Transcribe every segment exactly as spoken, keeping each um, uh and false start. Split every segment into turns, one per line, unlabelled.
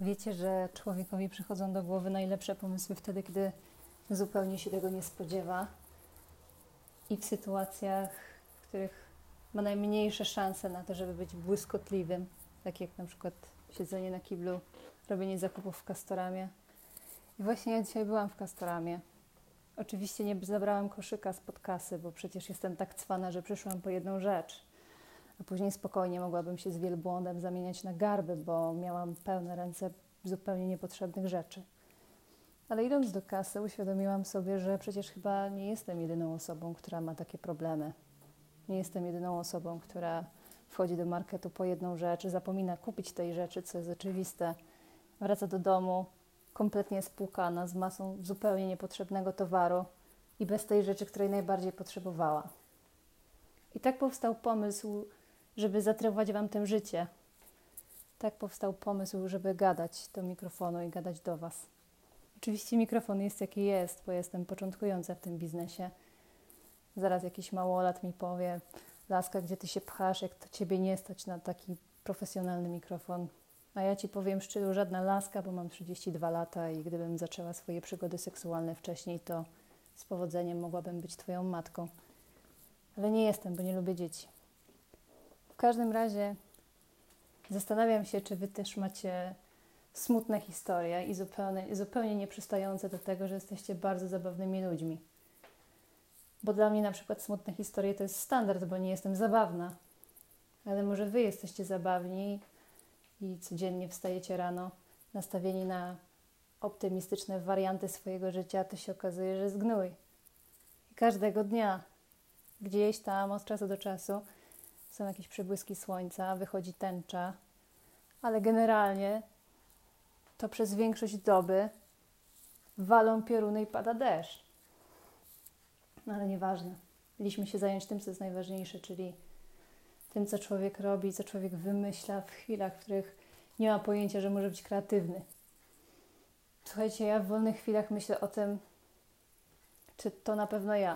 Wiecie, że człowiekowi przychodzą do głowy najlepsze pomysły wtedy, kiedy zupełnie się tego nie spodziewa i w sytuacjach, w których ma najmniejsze szanse na to, żeby być błyskotliwym, tak jak na przykład siedzenie na kiblu, robienie zakupów w Castoramie. I właśnie ja dzisiaj byłam w Castoramie. Oczywiście nie zabrałam koszyka spod kasy, bo przecież jestem tak cwana, że przyszłam po jedną rzecz. A później spokojnie mogłabym się z wielbłądem zamieniać na garby, bo miałam pełne ręce zupełnie niepotrzebnych rzeczy. Ale idąc do kasy uświadomiłam sobie, że przecież chyba nie jestem jedyną osobą, która ma takie problemy. Nie jestem jedyną osobą, która wchodzi do marketu po jedną rzecz, zapomina kupić tej rzeczy, co jest oczywiste. Wraca do domu kompletnie spłukana, z masą zupełnie niepotrzebnego towaru i bez tej rzeczy, której najbardziej potrzebowała. I tak powstał pomysł, żeby zatrywać Wam tym życie. Tak powstał pomysł, żeby gadać do mikrofonu i gadać do Was. Oczywiście mikrofon jest jaki jest, bo jestem początkująca w tym biznesie. Zaraz jakiś małolat mi powie: Laska, gdzie Ty się pchasz, jak to Ciebie nie stać na taki profesjonalny mikrofon. A ja Ci powiem szczerze, żadna laska, bo mam trzydzieści dwa lata i gdybym zaczęła swoje przygody seksualne wcześniej, to z powodzeniem mogłabym być Twoją matką. Ale nie jestem, bo nie lubię dzieci. W każdym razie zastanawiam się, czy Wy też macie smutne historie i zupełnie, zupełnie nieprzystające do tego, że jesteście bardzo zabawnymi ludźmi. Bo dla mnie na przykład smutne historie to jest standard, bo nie jestem zabawna. Ale może Wy jesteście zabawni i codziennie wstajecie rano nastawieni na optymistyczne warianty swojego życia, to się okazuje, że zgnój. I każdego dnia, gdzieś tam od czasu do czasu są jakieś przebłyski słońca, wychodzi tęcza, ale generalnie to przez większość doby walą pioruny i pada deszcz. No ale nieważne. Mieliśmy się zająć tym, co jest najważniejsze, czyli tym, co człowiek robi, co człowiek wymyśla w chwilach, w których nie ma pojęcia, że może być kreatywny. Słuchajcie, ja w wolnych chwilach myślę o tym, czy to na pewno ja.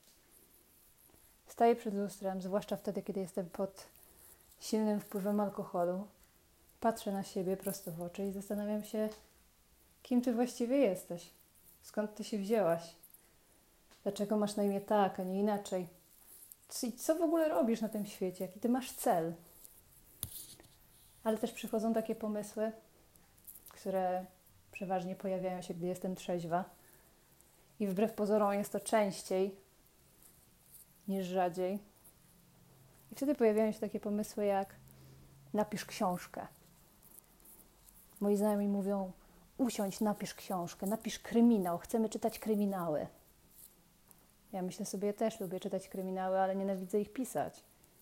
Staję przed lustrem, zwłaszcza wtedy, kiedy jestem pod silnym wpływem alkoholu. Patrzę na siebie prosto w oczy i zastanawiam się, kim Ty właściwie jesteś? Skąd Ty się wzięłaś? Dlaczego masz na imię tak, a nie inaczej? I co w ogóle robisz na tym świecie? Jaki Ty masz cel? Ale też przychodzą takie pomysły, które przeważnie pojawiają się, gdy jestem trzeźwa. I wbrew pozorom jest to częściej niż rzadziej. I wtedy pojawiają się takie pomysły jak: napisz książkę. Moi znajomi mówią: usiądź, napisz książkę, napisz kryminał, chcemy czytać kryminały. Ja myślę sobie, ja też lubię czytać kryminały, ale nienawidzę ich pisać.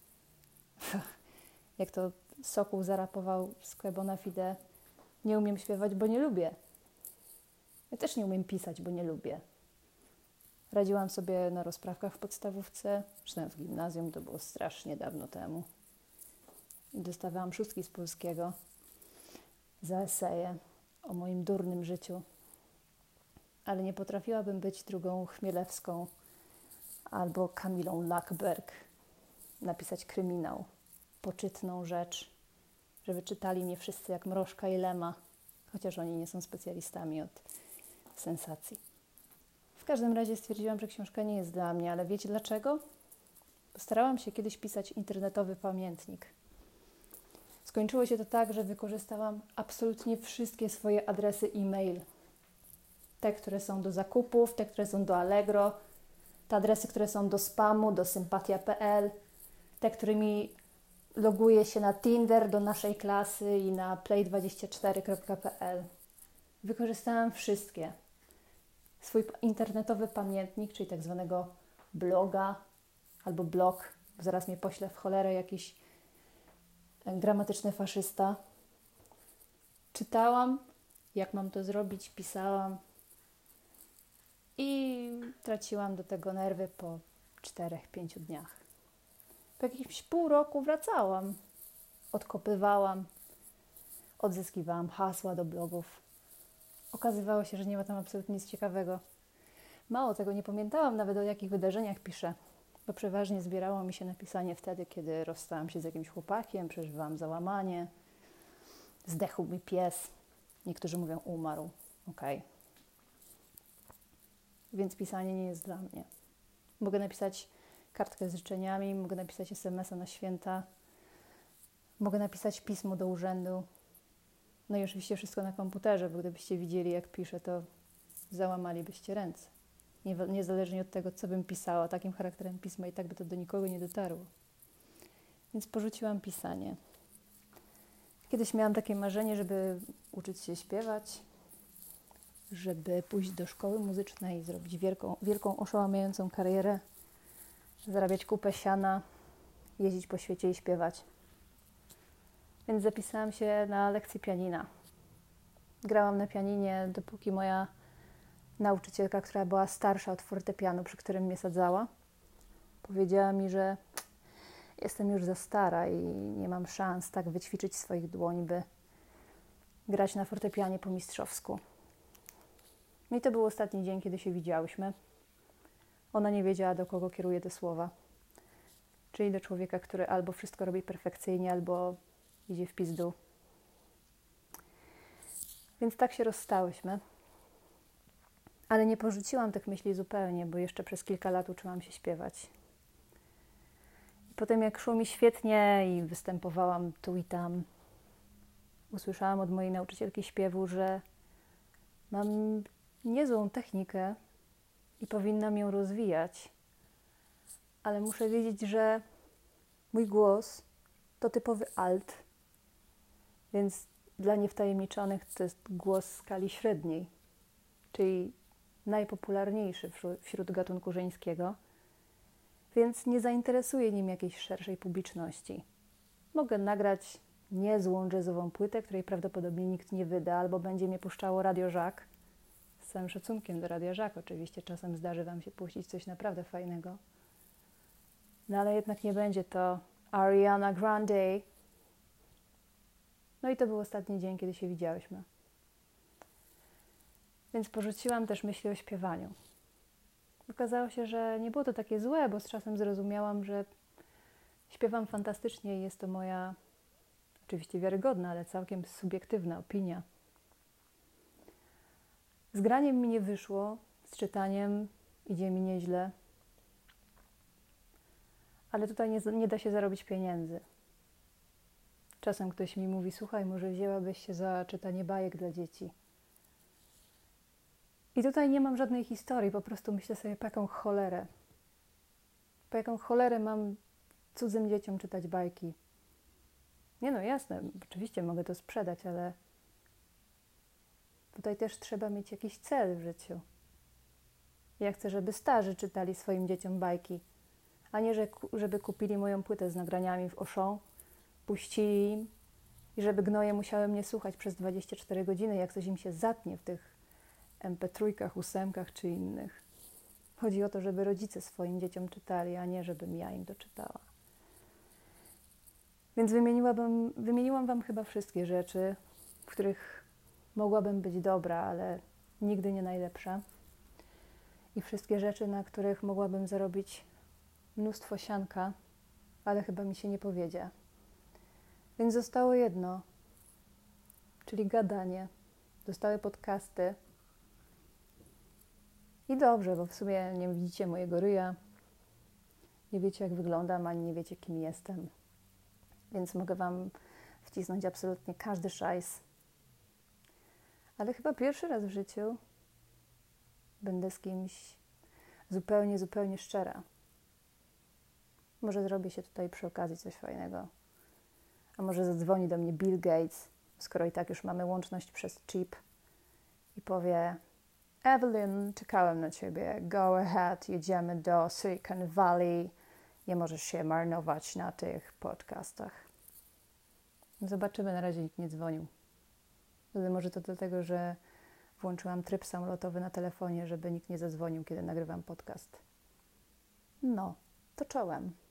Jak to Sokół zarapował z Que Bona Fide: nie umiem śpiewać, bo nie lubię. Ja też nie umiem pisać, bo nie lubię. Radziłam sobie na rozprawkach w podstawówce, czy nawet w gimnazjum, to było strasznie dawno temu. I dostawałam szóstki z polskiego za eseje o moim durnym życiu. Ale nie potrafiłabym być drugą Chmielewską albo Kamilą Lackberg, napisać kryminał, poczytną rzecz, żeby czytali mnie wszyscy jak Mrożka i Lema, chociaż oni nie są specjalistami od sensacji. W każdym razie stwierdziłam, że książka nie jest dla mnie, ale wiecie dlaczego? Postarałam się kiedyś pisać internetowy pamiętnik. Skończyło się to tak, że wykorzystałam absolutnie wszystkie swoje adresy e-mail. Te, które są do zakupów, te, które są do Allegro, te adresy, które są do spamu, do sympatia kropka pe el, te, którymi loguję się na Tinder do naszej klasy i na play dwadzieścia cztery kropka pe el. Wykorzystałam wszystkie. Swój internetowy pamiętnik, czyli tak zwanego bloga albo blog, bo zaraz mnie pośle w cholerę jakiś gramatyczny faszysta. Czytałam, jak mam to zrobić, pisałam i traciłam do tego nerwy po czterech, pięciu dniach. Po jakimś pół roku wracałam, odkopywałam, odzyskiwałam hasła do blogów. Okazywało się, że nie ma tam absolutnie nic ciekawego. Mało tego, nie pamiętałam nawet, o jakich wydarzeniach piszę, bo przeważnie zbierało mi się napisanie wtedy, kiedy rozstałam się z jakimś chłopakiem, przeżywałam załamanie, zdechł mi pies Niektórzy mówią umarł. Okej. Okay. Więc pisanie nie jest dla mnie. Mogę napisać kartkę z życzeniami, mogę napisać es em es a na święta, mogę napisać pismo do urzędu. No i oczywiście wszystko na komputerze, bo gdybyście widzieli, jak piszę, to załamalibyście ręce. Nie, niezależnie od tego, co bym pisała, takim charakterem pisma i tak by to do nikogo nie dotarło. Więc porzuciłam pisanie. Kiedyś miałam takie marzenie, żeby uczyć się śpiewać, żeby pójść do szkoły muzycznej i zrobić wielką, wielką oszałamiającą karierę, zarabiać kupę siana, jeździć po świecie i śpiewać. Więc zapisałam się na lekcję pianina. Grałam na pianinie, dopóki moja nauczycielka, która była starsza od fortepianu, przy którym mnie sadzała, powiedziała mi, że jestem już za stara i nie mam szans tak wyćwiczyć swoich dłoni, by grać na fortepianie po mistrzowsku. No i to był ostatni dzień, kiedy się widziałyśmy. Ona nie wiedziała, do kogo kieruje te słowa. Czyli do człowieka, który albo wszystko robi perfekcyjnie, albo idzie w pizdu. Więc tak się rozstałyśmy. Ale nie porzuciłam tych myśli zupełnie, bo jeszcze przez kilka lat uczyłam się śpiewać. I potem jak szło mi świetnie i występowałam tu i tam, usłyszałam od mojej nauczycielki śpiewu, że mam niezłą technikę i powinnam ją rozwijać. Ale muszę wiedzieć, że mój głos to typowy alt, więc dla niewtajemniczonych to jest głos skali średniej, czyli najpopularniejszy wśród gatunku żeńskiego, więc nie zainteresuje nim jakiejś szerszej publiczności. Mogę nagrać niezłą jazzową płytę, której prawdopodobnie nikt nie wyda, albo będzie mnie puszczało Radio Żak. Z całym szacunkiem do Radia Żak oczywiście, czasem zdarzy Wam się puścić coś naprawdę fajnego. No ale jednak nie będzie to Ariana Grande. No i to był ostatni dzień, kiedy się widziałyśmy. Więc porzuciłam też myśli o śpiewaniu. Okazało się, że nie było to takie złe, bo z czasem zrozumiałam, że śpiewam fantastycznie i jest to moja, oczywiście wiarygodna, ale całkiem subiektywna opinia. Z graniem mi nie wyszło, z czytaniem idzie mi nieźle, ale tutaj nie, nie da się zarobić pieniędzy. Czasem ktoś mi mówi, słuchaj, może wzięłabyś się za czytanie bajek dla dzieci. I tutaj nie mam żadnej historii, po prostu myślę sobie, po jaką cholerę. Po jaką cholerę mam cudzym dzieciom czytać bajki. Nie no, jasne, oczywiście mogę to sprzedać, ale tutaj też trzeba mieć jakiś cel w życiu. Ja chcę, żeby starzy czytali swoim dzieciom bajki, a nie, że, żeby kupili moją płytę z nagraniami w Auchan, puścili im i żeby gnoje musiały mnie słuchać przez dwadzieścia cztery godziny, jak coś im się zatnie w tych em pe trzy, ósemkach czy innych. Chodzi o to, żeby rodzice swoim dzieciom czytali, a nie żebym ja im to czytała. Więc wymieniłabym, wymieniłam Wam chyba wszystkie rzeczy, w których mogłabym być dobra, ale nigdy nie najlepsza. I wszystkie rzeczy, na których mogłabym zarobić mnóstwo sianka, ale chyba mi się nie powiedzie. Więc zostało jedno, czyli gadanie. Zostały podcasty. I dobrze, bo w sumie nie widzicie mojego ryja, nie wiecie, jak wyglądam, ani nie wiecie, kim jestem. Więc mogę Wam wcisnąć absolutnie każdy szajs. Ale chyba pierwszy raz w życiu będę z kimś zupełnie, zupełnie szczera. Może zrobię się tutaj przy okazji coś fajnego. A może zadzwoni do mnie Bill Gates, skoro i tak już mamy łączność przez chip i powie: Evelyn, czekałem na Ciebie, go ahead, jedziemy do Silicon Valley, nie możesz się marnować na tych podcastach. Zobaczymy, na razie nikt nie dzwonił. Ale może to dlatego, że włączyłam tryb samolotowy na telefonie, żeby nikt nie zadzwonił, kiedy nagrywam podcast. No, to czołem.